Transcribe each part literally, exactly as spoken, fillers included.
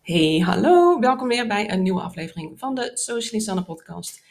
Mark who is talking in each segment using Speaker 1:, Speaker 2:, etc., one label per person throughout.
Speaker 1: Hey, hallo, welkom weer bij een nieuwe aflevering van de Socially Sanne podcast.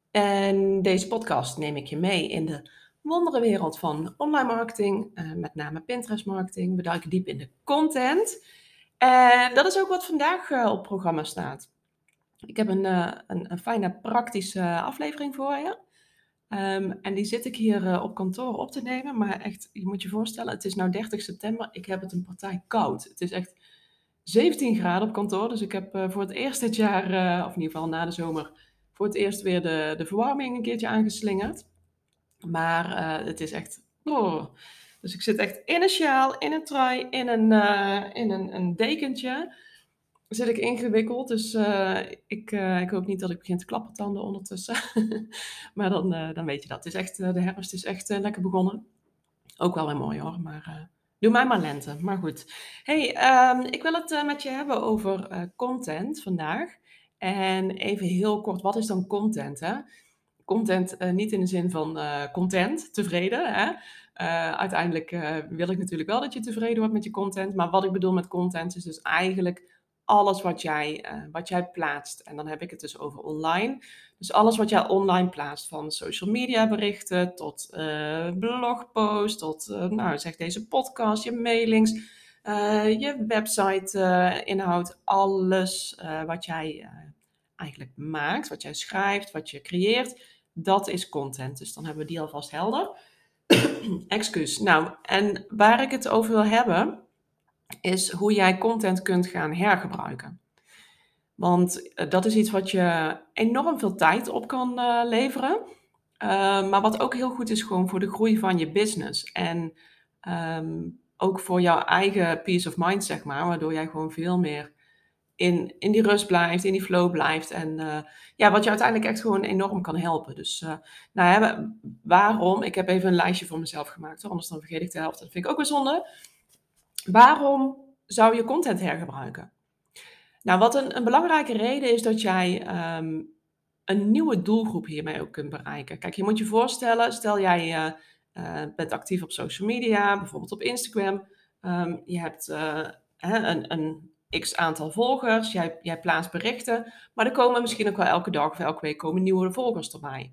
Speaker 1: En deze podcast neem ik je mee in de wonderenwereld van online marketing, uh, met name Pinterest marketing. We duiken diep in de content. En dat is ook wat vandaag uh, op programma staat. Ik heb een, uh, een, een fijne praktische aflevering voor je. Um, en die zit ik hier uh, op kantoor op te nemen. Maar echt, je moet je voorstellen, het is nu dertig september. Ik heb het een partij koud. Het is echt zeventien graden op kantoor. Dus ik heb uh, voor het eerst dit jaar, uh, of in ieder geval na de zomer, voor het eerst weer de, de verwarming een keertje aangeslingerd. Maar uh, het is echt... Oh. Dus ik zit echt in een sjaal, in een trui, in een, uh, in een, een dekentje. Zit ik ingewikkeld. Dus uh, ik, uh, ik hoop niet dat ik begin te klappertanden ondertussen. Maar dan, uh, dan weet je dat. Het is echt, uh, de herfst is echt uh, lekker begonnen. Ook wel weer mooi hoor, maar uh, doe mij maar lente. Maar goed. Hey, um, ik wil het uh, met je hebben over uh, content vandaag. En even heel kort, wat is dan content? Hè? Content uh, niet in de zin van uh, content, tevreden. Hè? Uh, uiteindelijk uh, wil ik natuurlijk wel dat je tevreden wordt met je content. Maar wat ik bedoel met content is dus eigenlijk alles wat jij, uh, wat jij plaatst. En dan heb ik het dus over online. Dus alles wat jij online plaatst, van social media berichten tot uh, blogposts, tot uh, nou, zeg deze podcast, je mailings, uh, je website uh, inhoud, alles uh, wat jij uh, eigenlijk maakt, wat jij schrijft, wat je creëert, dat is content. Dus dan hebben we die alvast helder. Excuus. Nou, en waar ik het over wil hebben, is hoe jij content kunt gaan hergebruiken. Want uh, dat is iets wat je enorm veel tijd op kan uh, leveren. Uh, maar wat ook heel goed is gewoon voor de groei van je business. En um, ook voor jouw eigen peace of mind, zeg maar. Waardoor jij gewoon veel meer in, in die rust blijft, in die flow blijft. En uh, ja, wat je uiteindelijk echt gewoon enorm kan helpen. Dus uh, nou ja, waarom? Ik heb even een lijstje voor mezelf gemaakt. Hoor, anders dan vergeet ik de helft. Dat vind ik ook weer zonde. Waarom zou je content hergebruiken? Nou, wat een, een belangrijke reden is dat jij um, een nieuwe doelgroep hiermee ook kunt bereiken. Kijk, je moet je voorstellen, stel jij uh, uh, bent actief op social media, bijvoorbeeld op Instagram. Um, je hebt uh, een, een x aantal volgers, jij, jij plaatst berichten, maar er komen misschien ook wel elke dag of elke week komen nieuwe volgers erbij.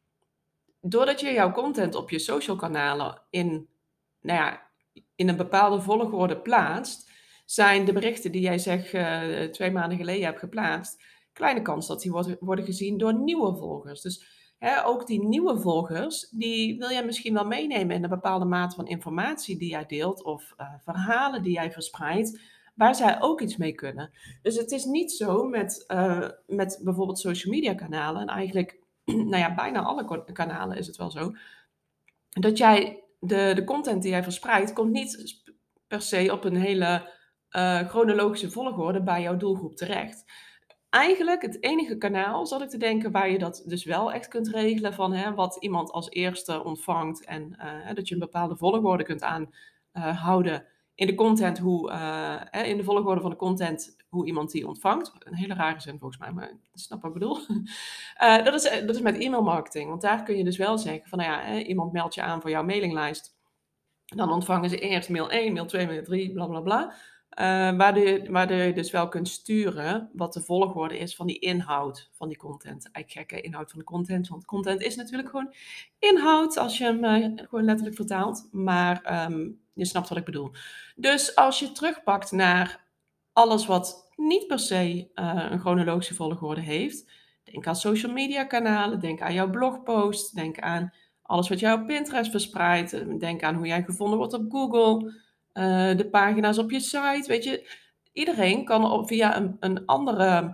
Speaker 1: Doordat je jouw content op je social kanalen in, nou ja, in een bepaalde volgorde plaatst, zijn de berichten die jij zeg uh, twee maanden geleden hebt geplaatst, kleine kans dat die worden, worden gezien door nieuwe volgers. Dus hè, ook die nieuwe volgers, die wil jij misschien wel meenemen in een bepaalde mate van informatie die jij deelt of uh, verhalen die jij verspreidt, waar zij ook iets mee kunnen. Dus het is niet zo met, uh, met bijvoorbeeld social media kanalen en eigenlijk, nou ja, bijna alle kanalen is het wel zo, dat jij de, de content die jij verspreidt, komt niet per se op een hele uh, chronologische volgorde bij jouw doelgroep terecht. Eigenlijk het enige kanaal, zat ik te denken, waar je dat dus wel echt kunt regelen van hè, wat iemand als eerste ontvangt en uh, dat je een bepaalde volgorde kunt aanhouden in de content, hoe, uh, in de volgorde van de content, hoe iemand die ontvangt. Een hele rare zin volgens mij, maar je snapt wat ik bedoel. Uh, dat, is, dat is met e-mail marketing, want daar kun je dus wel zeggen van, nou ja, hè, iemand meldt je aan voor jouw mailinglijst. Dan ontvangen ze eerst mail één, mail twee, mail drie, bla bla bla. Uh, waardoor, je, waardoor je dus wel kunt sturen wat de volgorde is van die inhoud van die content. Eigenlijk gekke inhoud van de content, want content is natuurlijk gewoon inhoud als je hem uh, gewoon letterlijk vertaalt. Maar um, je snapt wat ik bedoel. Dus als je terugpakt naar alles wat niet per se uh, een chronologische volgorde heeft. Denk aan social media kanalen, denk aan jouw blogpost, denk aan alles wat jij op Pinterest verspreidt. Denk aan hoe jij gevonden wordt op Google, uh, de pagina's op je site. Weet je, iedereen kan op, via een, een, andere,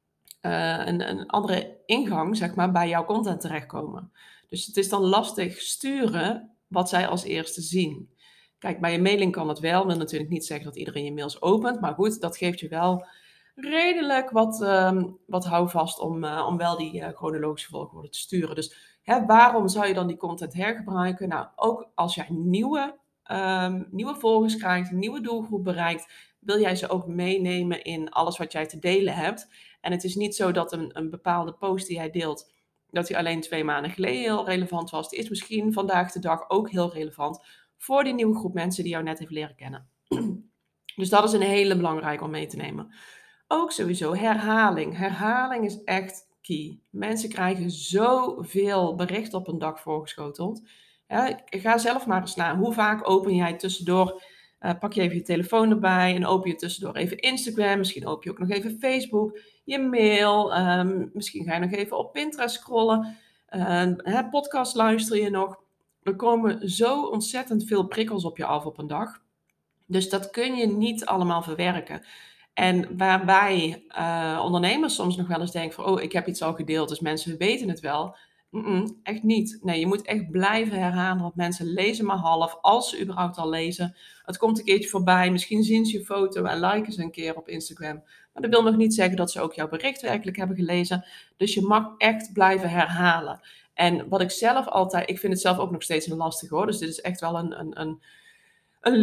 Speaker 1: uh, een, een andere ingang, zeg maar, bij jouw content terechtkomen. Dus het is dan lastig sturen wat zij als eerste zien. Kijk, bij je mailing kan het wel. Dat wil natuurlijk niet zeggen dat iedereen je mails opent. Maar goed, dat geeft je wel redelijk wat, um, wat houvast om, uh, om wel die uh, chronologische volgorde te sturen. Dus hè, waarom zou je dan die content hergebruiken? Nou, ook als jij nieuwe, um, nieuwe volgers krijgt, een nieuwe doelgroep bereikt, wil jij ze ook meenemen in alles wat jij te delen hebt. En het is niet zo dat een, een bepaalde post die jij deelt, dat die alleen twee maanden geleden heel relevant was. Die is misschien vandaag de dag ook heel relevant voor die nieuwe groep mensen die jou net heeft leren kennen. Dus dat is een hele belangrijke om mee te nemen. Ook sowieso herhaling. Herhaling is echt key. Mensen krijgen zoveel bericht op een dag voorgeschoteld. Hè, ga zelf maar eens na. Hoe vaak open jij tussendoor, eh, pak je even je telefoon erbij en open je tussendoor even Instagram. Misschien open je ook nog even Facebook, je mail. ehm, misschien ga je nog even op Pinterest scrollen. eh, hè, podcast luister je nog. Er komen zo ontzettend veel prikkels op je af op een dag. Dus dat kun je niet allemaal verwerken. En waarbij uh, ondernemers soms nog wel eens denken van, oh, ik heb iets al gedeeld, dus mensen weten het wel. Mm-mm, echt niet. Nee, je moet echt blijven herhalen, want mensen lezen maar half, als ze überhaupt al lezen. Het komt een keertje voorbij, misschien zien ze je foto en liken ze een keer op Instagram. Maar dat wil nog niet zeggen dat ze ook jouw bericht werkelijk hebben gelezen. Dus je mag echt blijven herhalen. En wat ik zelf altijd, ik vind het zelf ook nog steeds een lastig hoor, dus dit is echt wel een, een, een een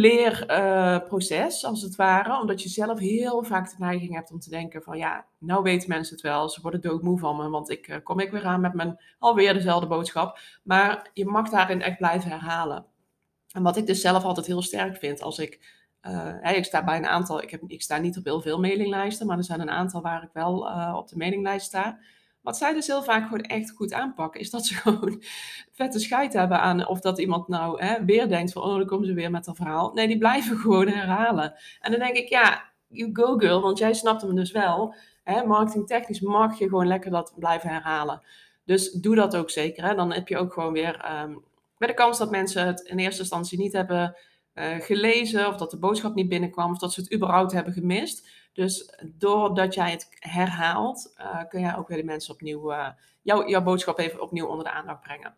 Speaker 1: leerproces, als het ware. Omdat je zelf heel vaak de neiging hebt om te denken van, ja, nou weten mensen het wel. Ze worden doodmoe van me, want ik uh, kom ik weer aan met mijn alweer dezelfde boodschap. Maar je mag daarin echt blijven herhalen. En wat ik dus zelf altijd heel sterk vind, als ik... Uh, ik sta bij een aantal... Ik, heb, ik sta niet op heel veel mailinglijsten, maar er zijn een aantal waar ik wel uh, op de mailinglijst sta. Wat zij dus heel vaak gewoon echt goed aanpakken, is dat ze gewoon vette scheid hebben aan of dat iemand nou hè, weer denkt van, oh, dan komen ze weer met dat verhaal. Nee, die blijven gewoon herhalen. En dan denk ik, ja, you go girl, want jij snapt hem dus wel. Hè, marketingtechnisch mag je gewoon lekker dat blijven herhalen. Dus doe dat ook zeker. Hè. Dan heb je ook gewoon weer um, bij de kans dat mensen het in eerste instantie niet hebben uh, gelezen, of dat de boodschap niet binnenkwam, of dat ze het überhaupt hebben gemist. Dus doordat jij het herhaalt, uh, kun jij ook weer de mensen opnieuw, uh, jou, jouw boodschap even opnieuw onder de aandacht brengen.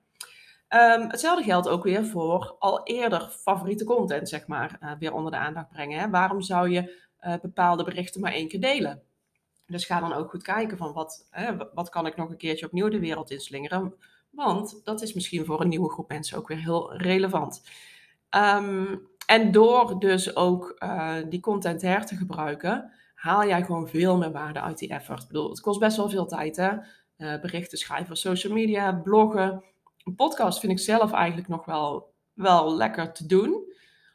Speaker 1: Um, hetzelfde geldt ook weer voor al eerder favoriete content, zeg maar, uh, weer onder de aandacht brengen. Hè? Waarom zou je uh, bepaalde berichten maar één keer delen? Dus ga dan ook goed kijken van wat, hè, wat kan ik nog een keertje opnieuw de wereld inslingeren. Want dat is misschien voor een nieuwe groep mensen ook weer heel relevant. Um, en door dus ook uh, die content her te gebruiken, haal jij gewoon veel meer waarde uit die effort. Ik bedoel, het kost best wel veel tijd, hè? Uh, berichten schrijven op social media, bloggen. Een podcast vind ik zelf eigenlijk nog wel, wel lekker te doen.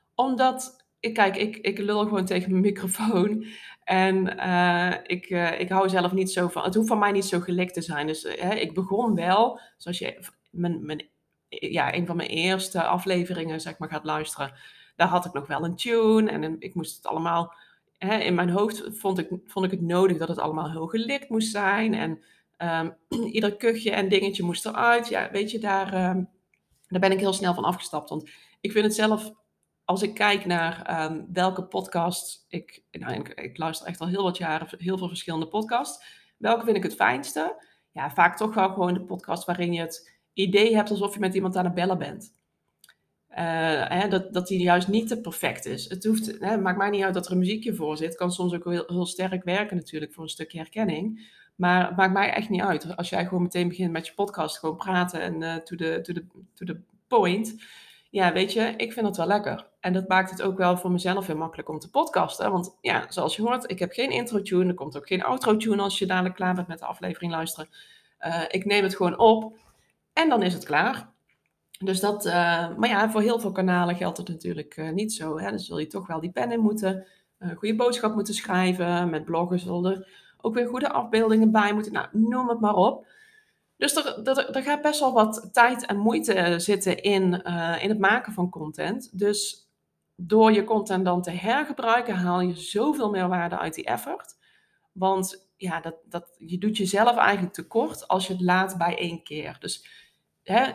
Speaker 1: Omdat, ik, kijk, ik, ik lul gewoon tegen mijn microfoon. En uh, ik, uh, ik hou zelf niet zo van... Het hoeft van mij niet zo gelikt te zijn. Dus uh, ik begon wel, zoals je... Mijn, mijn, ja, een van mijn eerste afleveringen, zeg maar, gaat luisteren. Daar had ik nog wel een tune. En ik moest het allemaal... Hè, in mijn hoofd vond ik, vond ik het nodig dat het allemaal heel gelikt moest zijn. En um, ieder kuchje en dingetje moest eruit. Ja, weet je, daar, um, daar ben ik heel snel van afgestapt. Want ik vind het zelf... Als ik kijk naar um, welke podcast ik, nou, ik... Ik luister echt al heel wat jaren heel veel verschillende podcasts. Welke vind ik het fijnste? Ja, vaak toch wel gewoon de podcast waarin je het idee hebt alsof je met iemand aan het bellen bent. Uh, hè, dat, dat die juist niet te perfect is. Het hoeft, hè, maakt mij niet uit dat er een muziekje voor zit. Kan soms ook heel, heel sterk werken natuurlijk voor een stukje herkenning. Maar het maakt mij echt niet uit. Als jij gewoon meteen begint met je podcast, gewoon praten en uh, to, the, to, the, to the point. Ja, weet je, ik vind het wel lekker. En dat maakt het ook wel voor mezelf heel makkelijk om te podcasten. Want ja, zoals je hoort, ik heb geen intro-tune. Er komt ook geen outro-tune als je dadelijk klaar bent met de aflevering luisteren. Uh, ik neem het gewoon op en dan is het klaar. Dus dat, uh, maar ja, voor heel veel kanalen geldt het natuurlijk uh, niet zo. Hè? Dan zul je toch wel die pen in moeten, een uh, goede boodschap moeten schrijven. Met bloggen zullen er ook weer goede afbeeldingen bij moeten. Nou, noem het maar op. Dus er, er, er gaat best wel wat tijd en moeite zitten in, uh, in het maken van content. Dus door je content dan te hergebruiken, haal je zoveel meer waarde uit die effort. Want ja, dat, dat, je doet jezelf eigenlijk tekort als je het laat bij één keer. Dus hè,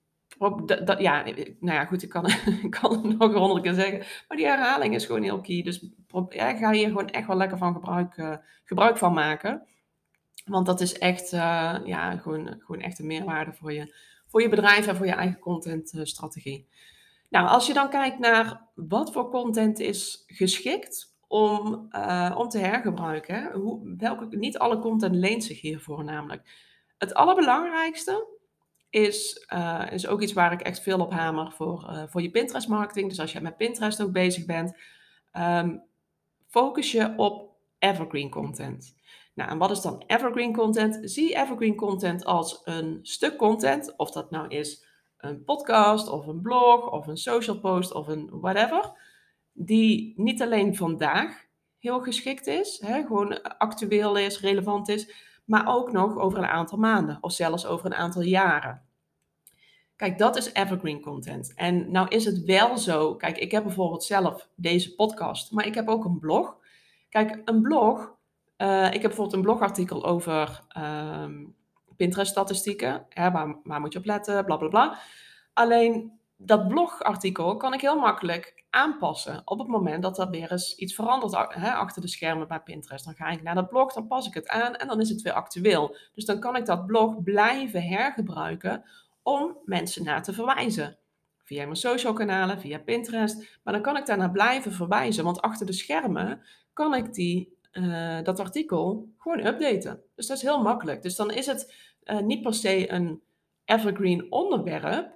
Speaker 1: dat, dat, ja, nou ja, goed, ik kan, ik kan het nog honderd keer zeggen. Maar die herhaling is gewoon heel key. Dus ja, ga hier gewoon echt wel lekker van gebruik, uh, gebruik van maken. Want dat is echt, uh, ja, gewoon, gewoon echt een meerwaarde voor je, voor je bedrijf en voor je eigen contentstrategie. Nou, als je dan kijkt naar wat voor content is geschikt om, uh, om te hergebruiken. Hè? Hoe, welke, niet alle content leent zich hiervoor namelijk. Het allerbelangrijkste is, uh, is ook iets waar ik echt veel op hamer voor, uh, voor je Pinterest marketing. Dus als je met Pinterest ook bezig bent, um, focus je op evergreen content. Nou, en wat is dan evergreen content? Zie evergreen content als een stuk content, of dat nou is een podcast of een blog of een social post of een whatever, die niet alleen vandaag heel geschikt is, hè, gewoon actueel is, relevant is, maar ook nog over een aantal maanden of zelfs over een aantal jaren. Kijk, dat is evergreen content. En nou is het wel zo, kijk, ik heb bijvoorbeeld zelf deze podcast, maar ik heb ook een blog. Kijk, een blog, uh, ik heb bijvoorbeeld een blogartikel over um, Pinterest-statistieken. Hè, waar, waar moet je op letten, bla bla bla. Alleen dat blogartikel kan ik heel makkelijk aanpassen op het moment dat er weer eens iets verandert hè, achter de schermen bij Pinterest. Dan ga ik naar dat blog, dan pas ik het aan en dan is het weer actueel. Dus dan kan ik dat blog blijven hergebruiken om mensen naar te verwijzen. Via mijn social kanalen, via Pinterest. Maar dan kan ik daarnaar blijven verwijzen, want achter de schermen kan ik die, uh, dat artikel gewoon updaten. Dus dat is heel makkelijk. Dus dan is het uh, niet per se een evergreen onderwerp,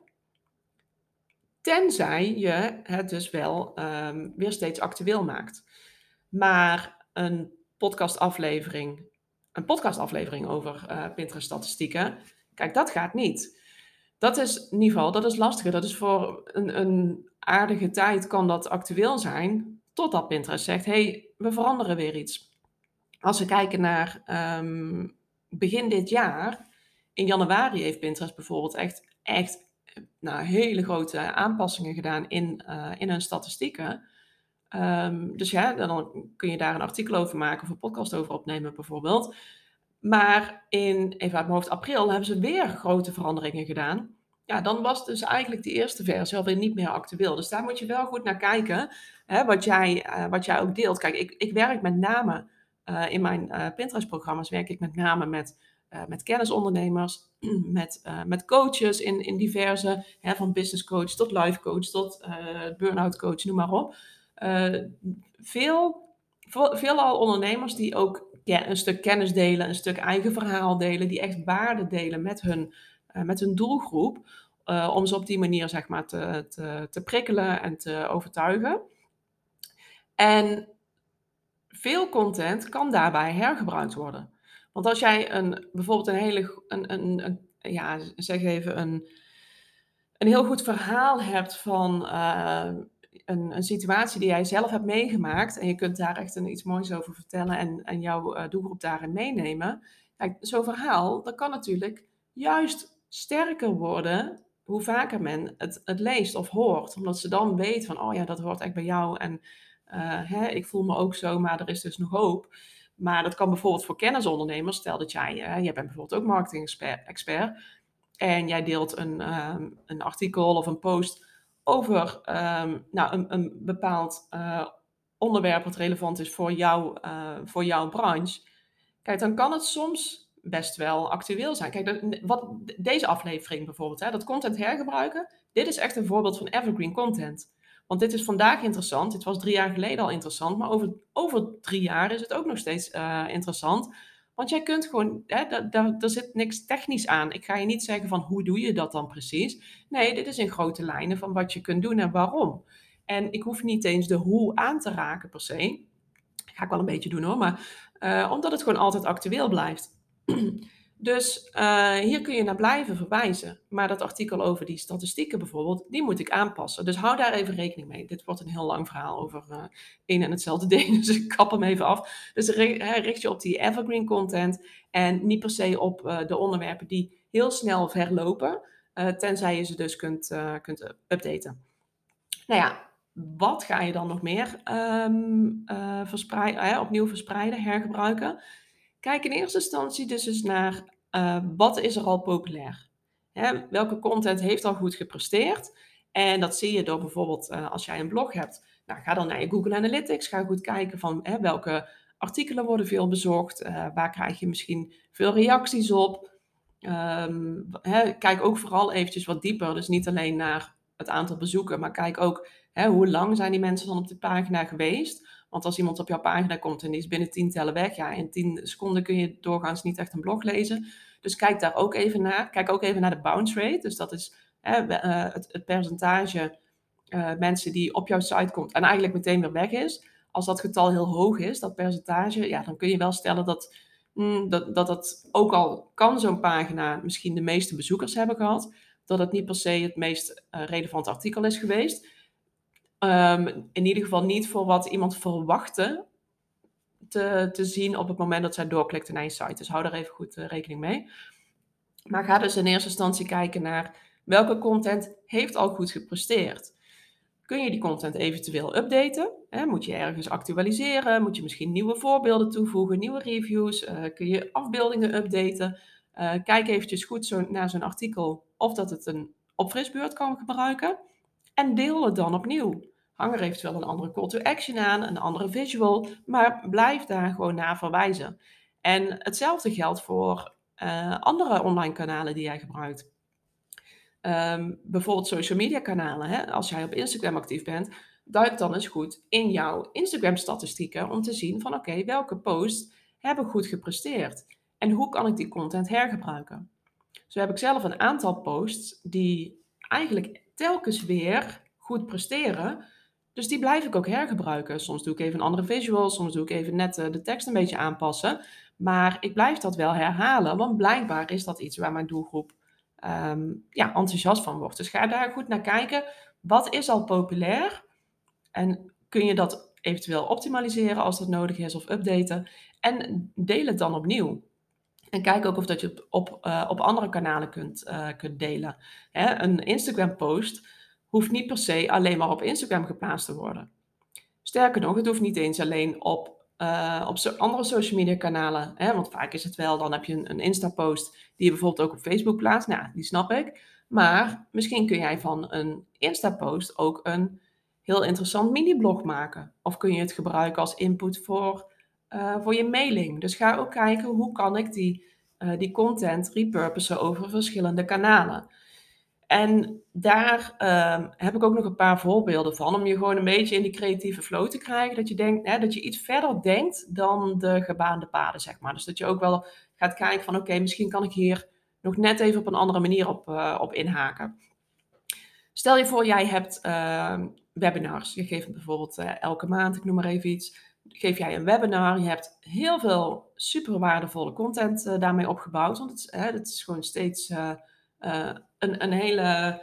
Speaker 1: tenzij je het dus wel um, weer steeds actueel maakt. Maar een podcastaflevering, een podcastaflevering over uh, Pinterest-statistieken, kijk, dat gaat niet. Dat is in ieder geval, dat is lastiger. Dat is voor een, een aardige tijd kan dat actueel zijn, totdat Pinterest zegt, hey, we veranderen weer iets. Als we kijken naar um, begin dit jaar, in januari heeft Pinterest bijvoorbeeld echt, echt nou, hele grote aanpassingen gedaan in, uh, in hun statistieken. Um, dus ja, dan kun je daar een artikel over maken of een podcast over opnemen bijvoorbeeld. Maar in, even uit mijn hoofd, april hebben ze weer grote veranderingen gedaan. Ja, dan was dus eigenlijk die eerste versie alweer niet meer actueel. Dus daar moet je wel goed naar kijken, hè, wat, jij, uh, wat jij ook deelt. Kijk, ik, ik werk met name uh, in mijn uh, Pinterest-programma's, werk ik met name met, uh, met kennisondernemers, met, uh, met coaches in, in diverse, hè, van business coach tot life coach tot uh, burn-out coach, noem maar op. Uh, veel, veelal ondernemers die ook een stuk kennis delen, een stuk eigen verhaal delen, die echt waarde delen met hun, uh, met hun doelgroep, uh, om ze op die manier zeg maar te, te, te prikkelen en te overtuigen. En veel content kan daarbij hergebruikt worden. Want als jij een, bijvoorbeeld een hele, een, een, een, ja, zeg even een, een heel goed verhaal hebt van uh, een, een situatie die jij zelf hebt meegemaakt en je kunt daar echt een, iets moois over vertellen en, en jouw uh, doelgroep daarin meenemen. Kijk, zo'n verhaal, dat kan natuurlijk juist sterker worden hoe vaker men het, het leest of hoort. Omdat ze dan weet van, oh ja, dat hoort echt bij jou en uh, hè, ik voel me ook zo, maar er is dus nog hoop. Maar dat kan bijvoorbeeld voor kennisondernemers, stel dat jij, uh, jij bent bijvoorbeeld ook marketing-expert en jij deelt een, um, een artikel of een post over um, nou, een, een bepaald uh, onderwerp wat relevant is voor, jou, uh, voor jouw branche. Kijk, dan kan het soms best wel actueel zijn. Kijk, dat, wat, deze aflevering bijvoorbeeld, hè, dat content hergebruiken, dit is echt een voorbeeld van evergreen content. Want dit is vandaag interessant, dit was drie jaar geleden al interessant, maar over, over drie jaar is het ook nog steeds uh, interessant. Want jij kunt gewoon, hè, daar, daar, daar zit niks technisch aan. Ik ga je niet zeggen van hoe doe je dat dan precies. Nee, dit is in grote lijnen van wat je kunt doen en waarom. En ik hoef niet eens de hoe aan te raken per se. Ga ik wel een beetje doen hoor, maar uh, omdat het gewoon altijd actueel blijft. Dus uh, hier kun je naar blijven verwijzen. Maar dat artikel over die statistieken bijvoorbeeld, die moet ik aanpassen. Dus hou daar even rekening mee. Dit wordt een heel lang verhaal over uh, één en hetzelfde ding, dus ik kap hem even af. Dus richt je op die evergreen content en niet per se op uh, de onderwerpen die heel snel verlopen, uh, tenzij je ze dus kunt, uh, kunt updaten. Nou ja, wat ga je dan nog meer um, uh, verspreiden, uh, opnieuw verspreiden, hergebruiken? Kijk in eerste instantie dus eens naar uh, wat is er al populair. Hè, welke content heeft al goed gepresteerd? En dat zie je door bijvoorbeeld uh, als jij een blog hebt. Nou, ga dan naar je Google Analytics. Ga goed kijken van hè, welke artikelen worden veel bezocht. Uh, waar krijg je misschien veel reacties op? Um, hè, kijk ook vooral eventjes wat dieper. Dus niet alleen naar het aantal bezoeken. Maar kijk ook hè, hoe lang zijn die mensen dan op de pagina geweest. Want als iemand op jouw pagina komt en die is binnen tien tellen weg, ja, in tien seconden kun je doorgaans niet echt een blog lezen. Dus kijk daar ook even naar. Kijk ook even naar de bounce rate. Dus dat is hè, uh, het, het percentage uh, mensen die op jouw site komt en eigenlijk meteen weer weg is. Als dat getal heel hoog is, dat percentage, ja, dan kun je wel stellen dat mm, dat, dat het, ook al kan zo'n pagina misschien de meeste bezoekers hebben gehad, dat het niet per se het meest uh, relevante artikel is geweest. Um, in ieder geval niet voor wat iemand verwachtte te, te zien op het moment dat zij doorklikt naar je site. Dus hou daar even goed uh, rekening mee. Maar ga dus in eerste instantie kijken naar welke content heeft al goed gepresteerd. Kun je die content eventueel updaten? Hè? Moet je ergens actualiseren? Moet je misschien nieuwe voorbeelden toevoegen, nieuwe reviews? Uh, kun je afbeeldingen updaten? Uh, kijk eventjes goed zo naar zo'n artikel of dat het een opfrisbeurt kan gebruiken. En deel het dan opnieuw. Hang er eventueel een andere call to action aan, een andere visual, maar blijf daar gewoon naar verwijzen. En hetzelfde geldt voor uh, andere online kanalen die jij gebruikt. Um, bijvoorbeeld social media kanalen. Hè? Als jij op Instagram actief bent, duik dan eens goed in jouw Instagram statistieken om te zien van oké, okay, welke posts hebben goed gepresteerd en hoe kan ik die content hergebruiken. Zo heb ik zelf een aantal posts die eigenlijk telkens weer goed presteren, dus die blijf ik ook hergebruiken. Soms doe ik even een andere visual, soms doe ik even net de tekst een beetje aanpassen, maar ik blijf dat wel herhalen, want blijkbaar is dat iets waar mijn doelgroep Um, ja, enthousiast van wordt. Dus ga daar goed naar kijken. Wat is al populair? En kun je dat eventueel optimaliseren als dat nodig is of updaten? En deel het dan opnieuw. En kijk ook of dat je het op, uh, op andere kanalen kunt, uh, kunt delen. Hè, een Instagram post hoeft niet per se alleen maar op Instagram geplaatst te worden. Sterker nog, het hoeft niet eens alleen op Uh, op so- andere social media kanalen. Hè? Want vaak is het wel, dan heb je een, een Insta-post die je bijvoorbeeld ook op Facebook plaatst. Nou, die snap ik. Maar misschien kun jij van een Insta-post ook een heel interessant mini-blog maken. Of kun je het gebruiken als input voor, uh, voor je mailing. Dus ga ook kijken hoe kan ik die, uh, die content repurposen over verschillende kanalen. En daar uh, heb ik ook nog een paar voorbeelden van, om je gewoon een beetje in die creatieve flow te krijgen. Dat je, denkt, hè, dat je iets verder denkt dan de gebaande paden, zeg maar. Dus dat je ook wel gaat kijken van, oké, okay, misschien kan ik hier nog net even op een andere manier op, uh, op inhaken. Stel je voor, jij hebt uh, webinars. Je geeft bijvoorbeeld uh, elke maand, ik noem maar even iets, geef jij een webinar. Je hebt heel veel super waardevolle content uh, daarmee opgebouwd. Want het, hè, het is gewoon steeds... Uh, uh, Een, een, hele,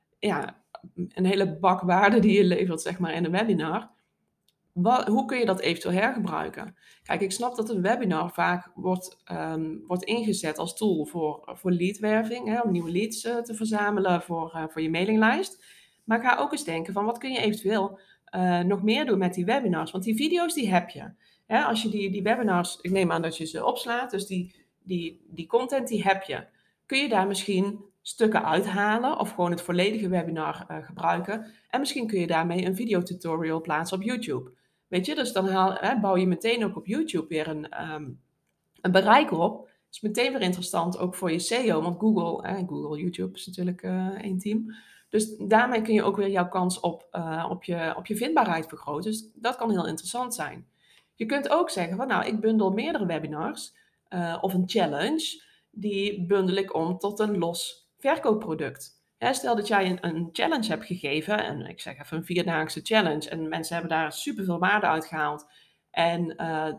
Speaker 1: ja, een hele bak waarde die je levert, zeg maar, in een webinar. Wat, hoe kun je dat eventueel hergebruiken? Kijk, ik snap dat een webinar vaak wordt, um, wordt ingezet als tool voor, voor leadwerving, hè, om nieuwe leads uh, te verzamelen voor, uh, voor je mailinglijst. Maar ga ook eens denken van wat kun je eventueel uh, nog meer doen met die webinars? Want die video's die heb je. Hè, als je die, die webinars, ik neem aan dat je ze opslaat, dus die, die, die content die heb je. Kun je daar misschien stukken uithalen of gewoon het volledige webinar uh, gebruiken. En misschien kun je daarmee een videotutorial plaatsen op YouTube. Weet je, dus dan haal, hè, bouw je meteen ook op YouTube weer een, um, een bereik op. Dat is meteen weer interessant, ook voor je S E O, want Google, hè, Google, YouTube is natuurlijk uh, één team. Dus daarmee kun je ook weer jouw kans op, uh, op, je, op je vindbaarheid vergroten. Dus dat kan heel interessant zijn. Je kunt ook zeggen van nou, ik bundel meerdere webinars uh, of een challenge. Die bundel ik om tot een los verkoopproduct. Hè, stel dat jij een, een challenge hebt gegeven, en ik zeg even een vierdaagse challenge, en mensen hebben daar superveel waarde uit gehaald. En uh,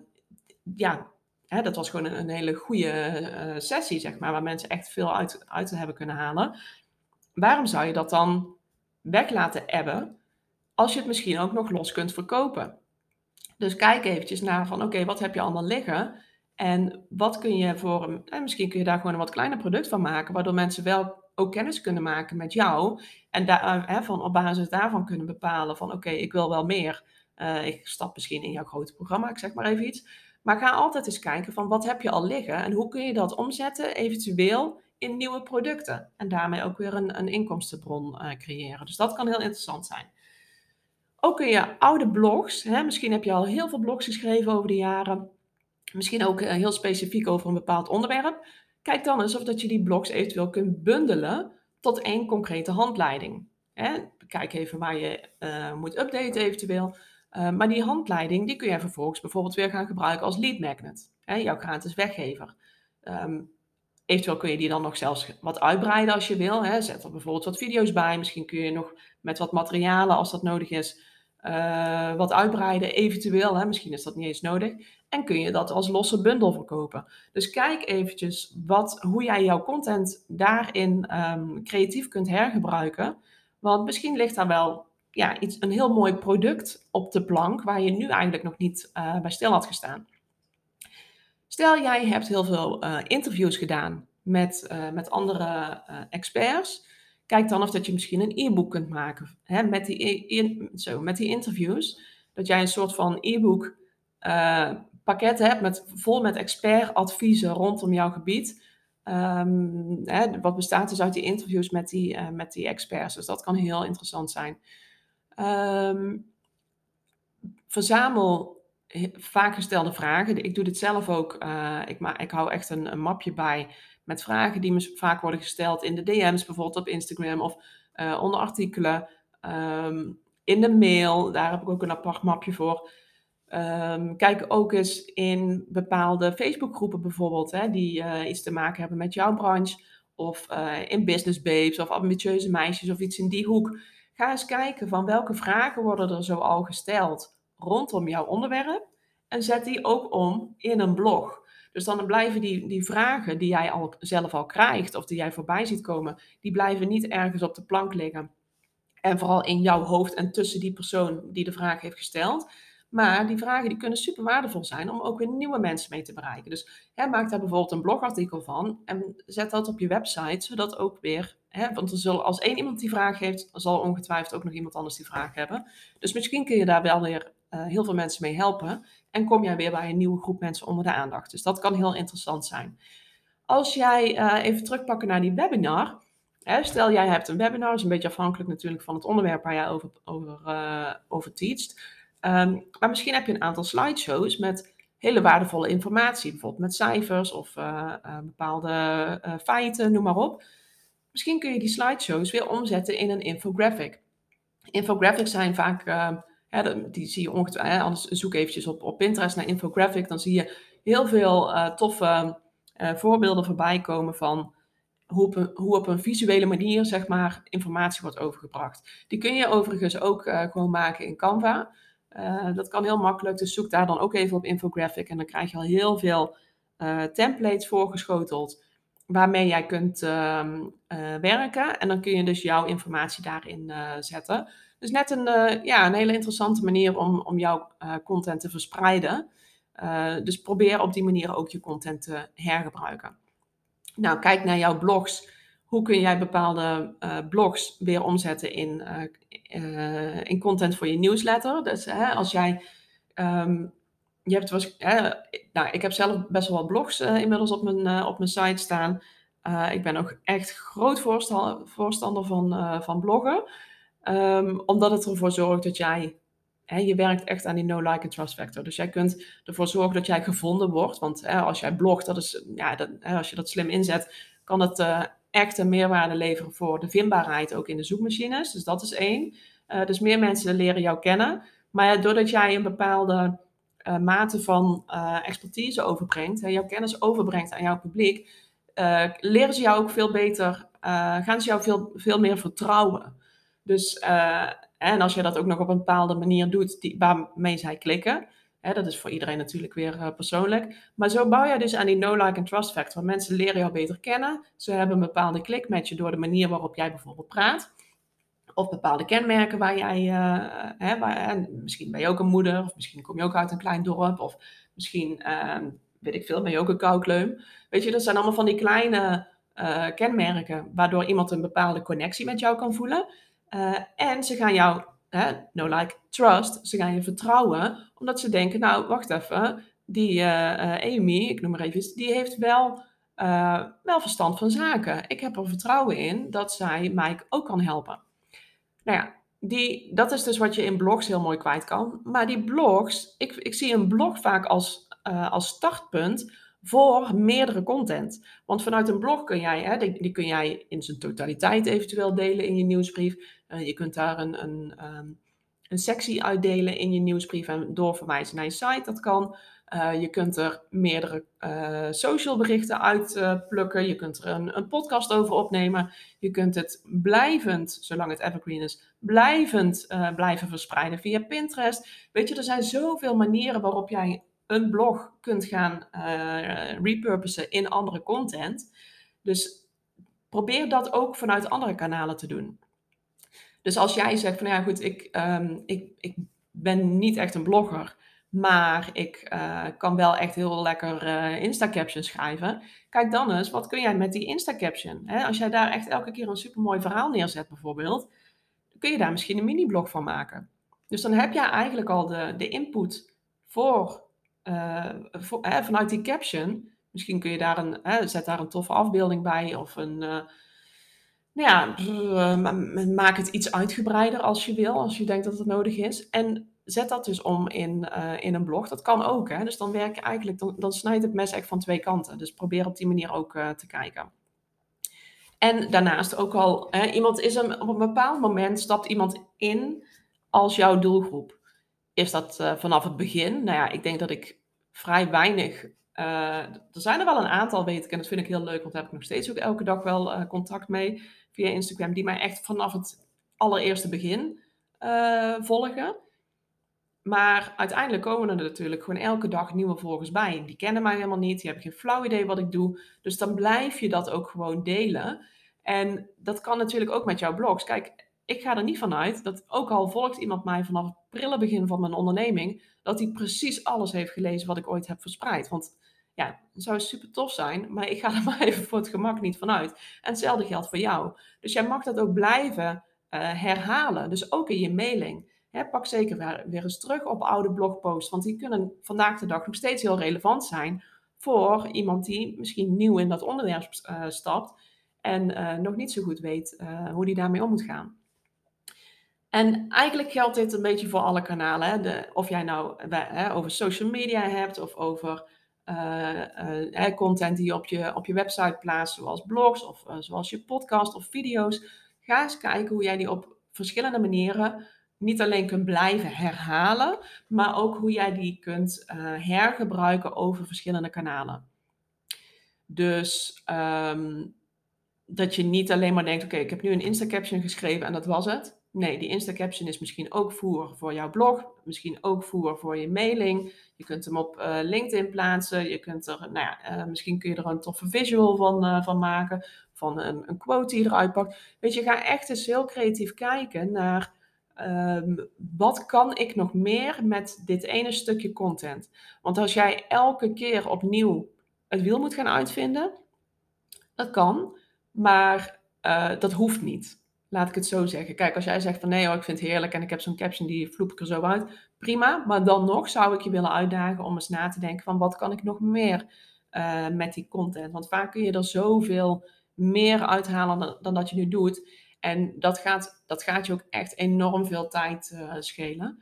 Speaker 1: ja, hè, dat was gewoon een, een hele goede uh, sessie, zeg maar, waar mensen echt veel uit, uit hebben kunnen halen. Waarom zou je dat dan weg laten ebben, als je het misschien ook nog los kunt verkopen? Dus kijk eventjes naar van, oké, okay, wat heb je allemaal liggen? En wat kun je voor een, eh, misschien kun je daar gewoon een wat kleiner product van maken, waardoor mensen wel ook kennis kunnen maken met jou. En daar, uh, van, op basis daarvan kunnen bepalen van, oké, okay, ik wil wel meer. Uh, ik stap misschien in jouw grote programma, ik zeg maar even iets. Maar ga altijd eens kijken van, wat heb je al liggen? En hoe kun je dat omzetten, eventueel in nieuwe producten? En daarmee ook weer een, een inkomstenbron uh, creëren. Dus dat kan heel interessant zijn. Ook kun je oude blogs, hè, misschien heb je al heel veel blogs geschreven over de jaren, misschien ook uh, heel specifiek over een bepaald onderwerp. Kijk dan eens of dat je die blogs eventueel kunt bundelen tot één concrete handleiding. Hè. Kijk even waar je uh, moet updaten eventueel. Uh, maar die handleiding die kun je vervolgens bijvoorbeeld weer gaan gebruiken als lead magnet. Hè, jouw gratis weggever. Um, Eventueel kun je die dan nog zelfs wat uitbreiden als je wil. Hè. Zet er bijvoorbeeld wat video's bij. Misschien kun je nog met wat materialen, als dat nodig is, uh, wat uitbreiden. Eventueel, hè. Misschien is dat niet eens nodig. En kun je dat als losse bundel verkopen. Dus kijk eventjes wat, hoe jij jouw content daarin um, creatief kunt hergebruiken. Want misschien ligt daar wel ja, iets, een heel mooi product op de plank waar je nu eigenlijk nog niet uh, bij stil had gestaan. Stel jij hebt heel veel uh, interviews gedaan met, uh, met andere uh, experts. Kijk dan of dat je misschien een e-book kunt maken, hè, met, die, in, zo, met die interviews. Dat jij een soort van e-book uh, pakket hebt met, vol met expertadviezen rondom jouw gebied. Um, hè, wat bestaat dus uit die interviews met die, uh, met die experts. Dus dat kan heel interessant zijn. Um, verzamel vaak gestelde vragen. Ik doe dit zelf ook. Uh, ik, ma- ik hou echt een, een mapje bij met vragen die me vaak worden gesteld in de D M's, bijvoorbeeld op Instagram of uh, onder artikelen. Um, in de mail, daar heb ik ook een apart mapje voor. Um, kijk ook eens in bepaalde Facebookgroepen bijvoorbeeld, hè, die uh, iets te maken hebben met jouw branche. Of uh, in Business Babes of ambitieuze meisjes of iets in die hoek. Ga eens kijken van welke vragen worden er zo al gesteld rondom jouw onderwerp. En zet die ook om in een blog. Dus dan blijven die, die vragen die jij al, zelf al krijgt of die jij voorbij ziet komen, die blijven niet ergens op de plank liggen. En vooral in jouw hoofd en tussen die persoon die de vraag heeft gesteld. Maar die vragen die kunnen super waardevol zijn om ook weer nieuwe mensen mee te bereiken. Dus hè, maak daar bijvoorbeeld een blogartikel van en zet dat op je website, zodat ook weer, hè, want er zal, als één iemand die vraag heeft, zal ongetwijfeld ook nog iemand anders die vraag hebben. Dus misschien kun je daar wel weer uh, heel veel mensen mee helpen en kom jij weer bij een nieuwe groep mensen onder de aandacht. Dus dat kan heel interessant zijn. Als jij uh, even terugpakken naar die webinar. Hè, stel jij hebt een webinar, is een beetje afhankelijk natuurlijk van het onderwerp waar jij over, over, uh, over teacht. Um, maar misschien heb je een aantal slideshows met hele waardevolle informatie, bijvoorbeeld met cijfers of uh, uh, bepaalde uh, feiten, noem maar op. Misschien kun je die slideshows weer omzetten in een infographic. Infographics zijn vaak, uh, hè, die zie je ongetwijfeld, anders zoek eventjes op, op Pinterest naar infographic, dan zie je heel veel uh, toffe uh, voorbeelden voorbij komen van hoe op, een, hoe op een visuele manier, zeg maar, informatie wordt overgebracht. Die kun je overigens ook uh, gewoon maken in Canva. Uh, dat kan heel makkelijk, dus zoek daar dan ook even op infographic en dan krijg je al heel veel uh, templates voorgeschoteld waarmee jij kunt uh, uh, werken. En dan kun je dus jouw informatie daarin uh, zetten. Dus net een, uh, ja, een hele interessante manier om, om jouw uh, content te verspreiden. Uh, dus probeer op die manier ook je content te hergebruiken. Nou, kijk naar jouw blogs. Hoe kun jij bepaalde uh, blogs weer omzetten in, uh, uh, in content voor je nieuwsletter? Dus hè, als jij... Um, je hebt was, uh, nou, ik heb zelf best wel wat blogs uh, inmiddels op mijn, uh, op mijn site staan. Uh, ik ben ook echt groot voorstander, voorstander van, uh, van bloggen. Um, omdat het ervoor zorgt dat jij... Hè, je werkt echt aan die no, like en trust factor. Dus jij kunt ervoor zorgen dat jij gevonden wordt. Want hè, als jij blogt, dat is, ja, dat, hè, als je dat slim inzet, kan het uh, echt een meerwaarde leveren voor de vindbaarheid ook in de zoekmachines. Dus dat is één. Uh, dus meer mensen leren jou kennen. Maar ja, doordat jij een bepaalde uh, mate van uh, expertise overbrengt, hè, jouw kennis overbrengt aan jouw publiek, uh, leren ze jou ook veel beter, uh, gaan ze jou veel, veel meer vertrouwen. Dus, uh, en als je dat ook nog op een bepaalde manier doet die, waarmee zij klikken, hè, dat is voor iedereen natuurlijk weer uh, persoonlijk. Maar zo bouw je dus aan die no, like en trust factor. Mensen leren jou beter kennen. Ze hebben een bepaalde klik met je door de manier waarop jij bijvoorbeeld praat. Of bepaalde kenmerken waar jij, uh, hè, waar, en misschien ben je ook een moeder, of misschien kom je ook uit een klein dorp, of misschien, uh, weet ik veel, ben je ook een koukleum. Weet je, dat zijn allemaal van die kleine uh, kenmerken waardoor iemand een bepaalde connectie met jou kan voelen. Uh, en ze gaan jou, hè, no like, trust, ze gaan je vertrouwen, omdat ze denken, nou, wacht even, die uh, uh, Amy, ik noem maar even, die heeft wel, uh, wel verstand van zaken. Ik heb er vertrouwen in dat zij mij ook kan helpen. Nou ja, die, dat is dus wat je in blogs heel mooi kwijt kan. Maar die blogs, ik, ik zie een blog vaak als, uh, als startpunt voor meerdere content. Want vanuit een blog kun jij, hè, die, die kun jij in zijn totaliteit eventueel delen in je nieuwsbrief. Uh, je kunt daar een, een, um, een sectie uitdelen in je nieuwsbrief en doorverwijzen naar je site. Dat kan. Uh, je kunt er meerdere uh, social berichten uit uh, plukken. Je kunt er een, een podcast over opnemen. Je kunt het blijvend, zolang het evergreen is, blijvend uh, blijven verspreiden via Pinterest. Weet je, er zijn zoveel manieren waarop jij een blog kunt gaan uh, repurposen in andere content. Dus probeer dat ook vanuit andere kanalen te doen. Dus als jij zegt van ja goed, ik, um, ik, ik ben niet echt een blogger, maar ik uh, kan wel echt heel lekker uh, Insta-captions schrijven. Kijk dan eens, wat kun jij met die Insta-caption? Hè? Als jij daar echt elke keer een supermooi verhaal neerzet bijvoorbeeld, dan kun je daar misschien een mini-blog van maken. Dus dan heb jij eigenlijk al de, de input voor, uh, voor hè, vanuit die caption. Misschien kun je daar een, hè, zet daar een toffe afbeelding bij of een... Uh, nou ja, maak het iets uitgebreider als je wil, als je denkt dat het nodig is. En zet dat dus om in, uh, in een blog. Dat kan ook, hè. Dus dan werk je eigenlijk, dan, dan snijdt het mes echt van twee kanten. Dus probeer op die manier ook uh, te kijken. En daarnaast ook al, hè, iemand is een, op een bepaald moment stapt iemand in als jouw doelgroep. Is dat uh, vanaf het begin? Nou ja, ik denk dat ik vrij weinig... Uh, er zijn er wel een aantal, weet ik, en dat vind ik heel leuk, want daar heb ik nog steeds ook elke dag wel uh, contact mee via Instagram, die mij echt vanaf het allereerste begin uh, volgen. Maar uiteindelijk komen er natuurlijk gewoon elke dag nieuwe volgers bij. Die kennen mij helemaal niet, die hebben geen flauw idee wat ik doe. Dus dan blijf je dat ook gewoon delen. En dat kan natuurlijk ook met jouw blogs. Kijk, ik ga er niet van uit dat ook al volgt iemand mij vanaf het prille begin van mijn onderneming, dat hij precies alles heeft gelezen wat ik ooit heb verspreid. Want ja, dat zou super tof zijn, maar ik ga er maar even voor het gemak niet van uit. En hetzelfde geldt voor jou. Dus jij mag dat ook blijven uh, herhalen. Dus ook in je mailing. Hè, pak zeker weer, weer eens terug op oude blogposts, want die kunnen vandaag de dag nog steeds heel relevant zijn voor iemand die misschien nieuw in dat onderwerp uh, stapt en uh, nog niet zo goed weet uh, hoe die daarmee om moet gaan. En eigenlijk geldt dit een beetje voor alle kanalen. Hè? De, of jij nou hè, over social media hebt of over uh, uh, content die je op je, op je website plaatst, zoals blogs of uh, zoals je podcast of video's. Ga eens kijken hoe jij die op verschillende manieren niet alleen kunt blijven herhalen, maar ook hoe jij die kunt uh, hergebruiken over verschillende kanalen. Dus um, dat je niet alleen maar denkt, oké, okay, ik heb nu een Insta-caption geschreven en dat was het. Nee, die Insta-caption is misschien ook voer voor jouw blog, misschien ook voer voor je mailing. Je kunt hem op uh, LinkedIn plaatsen, je kunt er, nou ja, uh, misschien kun je er een toffe visual van, uh, van maken, van een, een quote die je eruit pakt. Weet je, ga echt eens heel creatief kijken naar um, wat kan ik nog meer met dit ene stukje content. Want als jij elke keer opnieuw het wiel moet gaan uitvinden, dat kan, maar uh, dat hoeft niet. Laat ik het zo zeggen. Kijk, als jij zegt van nee hoor, ik vind het heerlijk en ik heb zo'n caption, die vloep ik er zo uit. Prima, maar dan nog zou ik je willen uitdagen om eens na te denken van wat kan ik nog meer uh, met die content. Want vaak kun je er zoveel meer uithalen dan, dan dat je nu doet. En dat gaat, dat gaat je ook echt enorm veel tijd uh, schelen.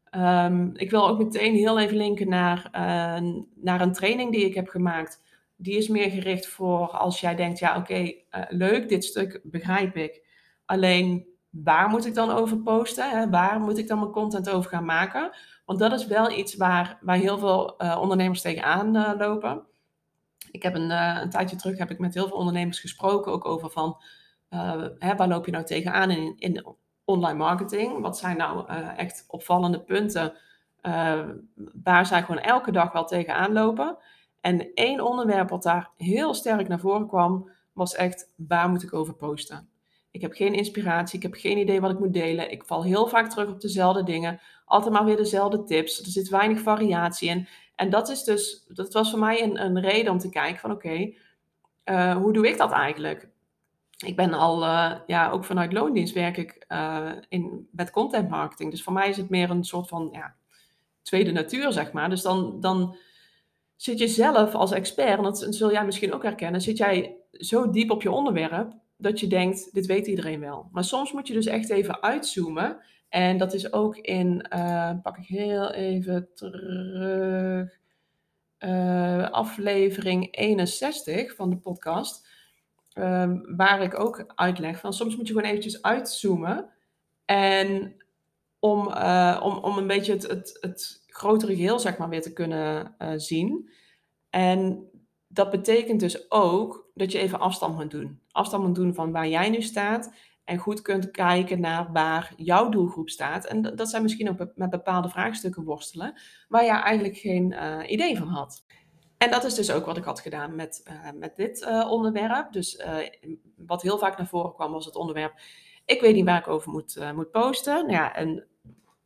Speaker 1: Um, ik wil ook meteen heel even linken naar, uh, naar een training die ik heb gemaakt. Die is meer gericht voor als jij denkt, ja oké, okay, uh, leuk, dit stuk begrijp ik. Alleen, waar moet ik dan over posten? Hè? Waar moet ik dan mijn content over gaan maken? Want dat is wel iets waar, waar heel veel uh, ondernemers tegenaan uh, lopen. Ik heb een, uh, een tijdje terug heb ik met heel veel ondernemers gesproken, ook over van, uh, hè, waar loop je nou tegenaan in, in online marketing? Wat zijn nou uh, echt opvallende punten uh, waar zij gewoon elke dag wel tegenaan lopen? En één onderwerp wat daar heel sterk naar voren kwam, was echt, waar moet ik over posten? Ik heb geen inspiratie, ik heb geen idee wat ik moet delen. Ik val heel vaak terug op dezelfde dingen. Altijd maar weer dezelfde tips. Er zit weinig variatie in. En dat is dus, dat was voor mij een, een reden om te kijken van oké, okay, uh, hoe doe ik dat eigenlijk? Ik ben al, uh, ja, ook vanuit loondienst werk ik uh, in, met content marketing. Dus voor mij is het meer een soort van, ja, tweede natuur, zeg maar. Dus dan, dan zit je zelf als expert, en dat zul jij misschien ook herkennen, zit jij zo diep op je onderwerp, dat je denkt, dit weet iedereen wel. Maar soms moet je dus echt even uitzoomen. En dat is ook in, uh, pak ik heel even terug, uh, aflevering eenenzestig van de podcast. Um, waar ik ook uitleg van soms moet je gewoon eventjes uitzoomen en om, uh, om, om een beetje het, het, het grotere geheel zeg maar weer te kunnen uh, zien. En dat betekent dus ook dat je even afstand moet doen. Afstand moet doen van waar jij nu staat en goed kunt kijken naar waar jouw doelgroep staat. En dat, dat zijn misschien ook met bepaalde vraagstukken worstelen waar je eigenlijk geen uh, idee van had. En dat is dus ook wat ik had gedaan met, uh, met dit uh, onderwerp. Dus uh, wat heel vaak naar voren kwam was het onderwerp, ik weet niet waar ik over moet, uh, moet posten. Nou ja, en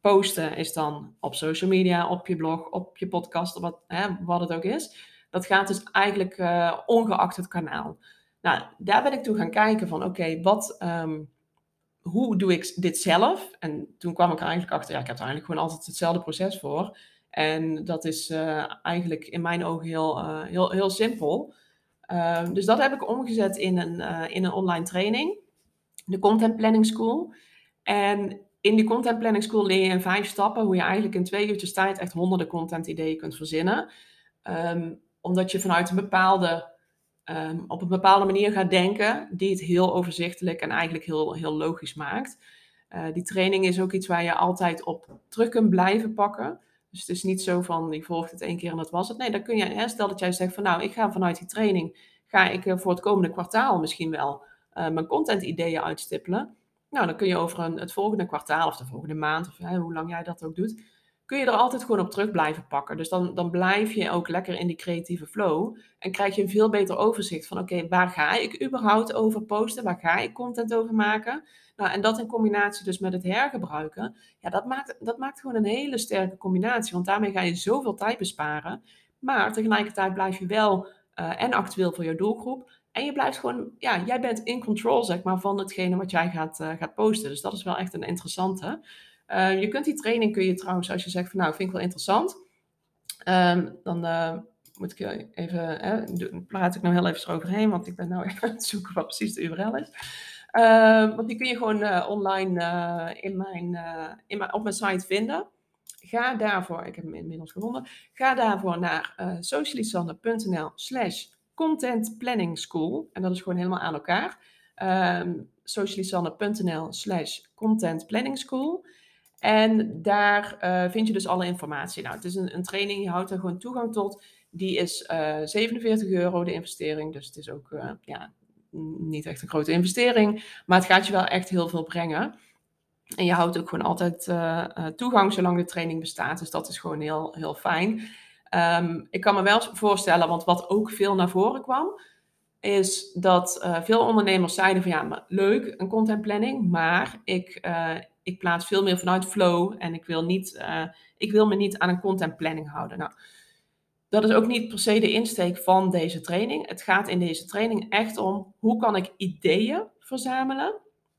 Speaker 1: posten is dan op social media, op je blog, op je podcast, wat, hè, wat het ook is. Dat gaat dus eigenlijk uh, ongeacht het kanaal. Nou, daar ben ik toen gaan kijken van, oké, okay, wat... Um, hoe doe ik dit zelf? En toen kwam ik er eigenlijk achter, ja, ik heb er eigenlijk gewoon altijd hetzelfde proces voor. En dat is uh, eigenlijk in mijn ogen heel, uh, heel, heel simpel. Uh, dus dat heb ik omgezet in een, uh, in een online training. De Content Planning School. En in die Content Planning School leer je in vijf stappen hoe je eigenlijk in twee uurtjes tijd echt honderden content ideeën kunt verzinnen. Um, omdat je vanuit een bepaalde... Um, op een bepaalde manier gaat denken, die het heel overzichtelijk en eigenlijk heel, heel logisch maakt. Uh, die training is ook iets waar je altijd op terug kunt blijven pakken. Dus het is niet zo van, je volgt het één keer en dat was het. Nee, dan kun je, hè, stel dat jij zegt van, nou, ik ga vanuit die training, ga ik uh, voor het komende kwartaal misschien wel uh, mijn content ideeën uitstippelen. Nou, dan kun je over een, het volgende kwartaal of de volgende maand, of hè, hoe lang jij dat ook doet, kun je er altijd gewoon op terug blijven pakken. Dus dan, dan blijf je ook lekker in die creatieve flow. En krijg je een veel beter overzicht van, oké, okay, waar ga ik überhaupt over posten? Waar ga ik content over maken? Nou, en dat in combinatie dus met het hergebruiken. Ja, dat maakt, dat maakt gewoon een hele sterke combinatie. Want daarmee ga je zoveel tijd besparen. Maar tegelijkertijd blijf je wel uh, en actueel voor je doelgroep. En je blijft gewoon, ja, jij bent in control, zeg maar, van hetgene wat jij gaat, uh, gaat posten. Dus dat is wel echt een interessante. Uh, je kunt die training, kun je trouwens, als je zegt van, nou, vind ik wel interessant. Um, dan uh, moet ik even, hè, praat ik nou heel even eroverheen, want ik ben nou even aan het zoeken wat precies de U R L is. Uh, want die kun je gewoon uh, online uh, in mijn, uh, in mijn, op mijn site vinden. Ga daarvoor, ik heb hem inmiddels gevonden, ga daarvoor naar uh, socialisanne.nl slash content planning school. En dat is gewoon helemaal aan elkaar. Um, socialisanne.nl slash content planning school. En daar uh, vind je dus alle informatie. Nou, het is een, een training, je houdt er gewoon toegang tot. Die is uh, zevenenveertig euro de investering. Dus het is ook uh, ja, niet echt een grote investering. Maar het gaat je wel echt heel veel brengen. En je houdt ook gewoon altijd uh, toegang zolang de training bestaat. Dus dat is gewoon heel, heel fijn. Um, ik kan me wel voorstellen, want wat ook veel naar voren kwam, is dat uh, veel ondernemers zeiden van ja, maar leuk, een content planning, maar ik, uh, ik plaats veel meer vanuit flow en ik wil, niet, uh, ik wil me niet aan een content planning houden. Nou, dat is ook niet per se de insteek van deze training. Het gaat in deze training echt om hoe kan ik ideeën verzamelen,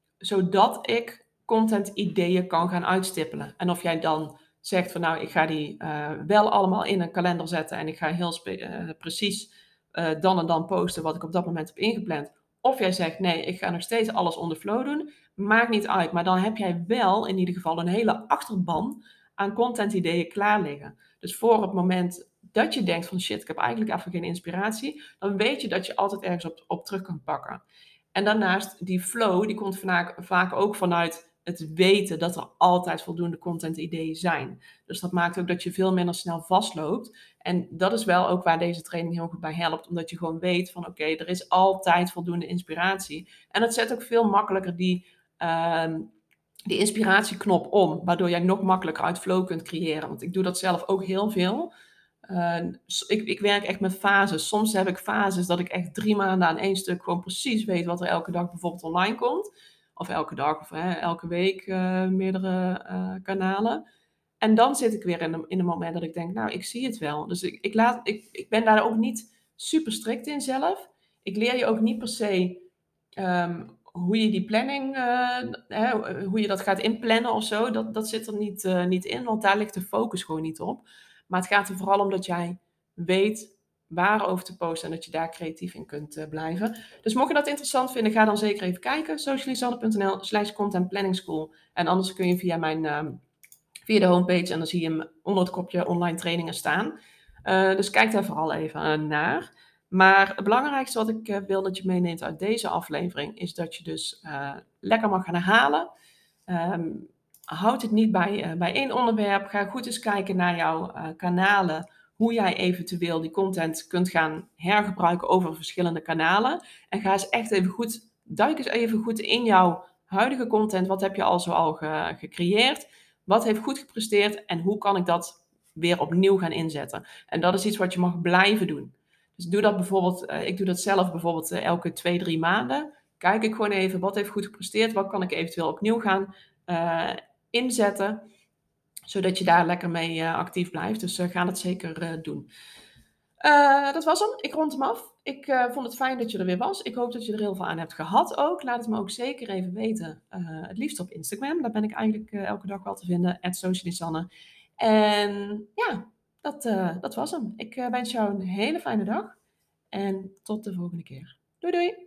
Speaker 1: zodat ik content ideeën kan gaan uitstippelen. En of jij dan zegt van nou, ik ga die uh, wel allemaal in een kalender zetten en ik ga heel spe- uh, precies uh, dan en dan posten wat ik op dat moment heb ingepland. Of jij zegt nee, ik ga nog steeds alles on the flow doen. Maakt niet uit, maar dan heb jij wel in ieder geval een hele achterban aan content ideeën klaar liggen. Dus voor het moment dat je denkt van shit, ik heb eigenlijk even geen inspiratie, dan weet je dat je altijd ergens op, op terug kan pakken. En daarnaast, die flow, die komt vaak, vaak ook vanuit het weten dat er altijd voldoende content ideeën zijn. Dus dat maakt ook dat je veel minder snel vastloopt. En dat is wel ook waar deze training heel goed bij helpt. Omdat je gewoon weet van oké, okay, er is altijd voldoende inspiratie. En dat zet ook veel makkelijker die, uh, die inspiratieknop om. Waardoor jij nog makkelijker uit flow kunt creëren. Want ik doe dat zelf ook heel veel. Uh, ik, ik werk echt met fases. Soms heb ik fases dat ik echt drie maanden aan één stuk gewoon precies weet wat er elke dag bijvoorbeeld online komt. Of elke dag of hè, elke week uh, meerdere uh, kanalen. En dan zit ik weer in een, in een moment dat ik denk, nou, ik zie het wel. Dus ik, ik, laat, ik, ik ben daar ook niet super strikt in zelf. Ik leer je ook niet per se um, hoe je die planning, uh, hè, hoe je dat gaat inplannen of zo. Dat, dat zit er niet, uh, niet in, want daar ligt de focus gewoon niet op. Maar het gaat er vooral om dat jij weet waarover te posten en dat je daar creatief in kunt uh, blijven. Dus mocht je dat interessant vinden, ga dan zeker even kijken. socialisanne.nl slash content planning school. En anders kun je via mijn uh, via de homepage en dan zie je hem onder het kopje online trainingen staan. Uh, dus kijk daar vooral even uh, naar. Maar het belangrijkste wat ik uh, wil dat je meeneemt uit deze aflevering is dat je dus uh, lekker mag gaan herhalen. Um, Houd het niet bij, uh, bij één onderwerp. Ga goed eens kijken naar jouw uh, kanalen. Hoe jij eventueel die content kunt gaan hergebruiken over verschillende kanalen. En ga eens echt even goed, duik eens even goed in jouw huidige content. Wat heb je al zo al ge, gecreëerd? Wat heeft goed gepresteerd? En hoe kan ik dat weer opnieuw gaan inzetten? En dat is iets wat je mag blijven doen. Dus doe dat bijvoorbeeld, uh, ik doe dat zelf bijvoorbeeld uh, elke twee, drie maanden. Kijk ik gewoon even, wat heeft goed gepresteerd? Wat kan ik eventueel opnieuw gaan uh, inzetten. Zodat je daar lekker mee uh, actief blijft. Dus uh, ga dat zeker uh, doen. Uh, dat was hem. Ik rond hem af. Ik uh, vond het fijn dat je er weer was. Ik hoop dat je er heel veel aan hebt gehad ook. Laat het me ook zeker even weten. Uh, het liefst op Instagram. Daar ben ik eigenlijk uh, elke dag wel te vinden. at socialisanne. En ja, dat, uh, dat was hem. Ik uh, wens jou een hele fijne dag. En tot de volgende keer. Doei doei!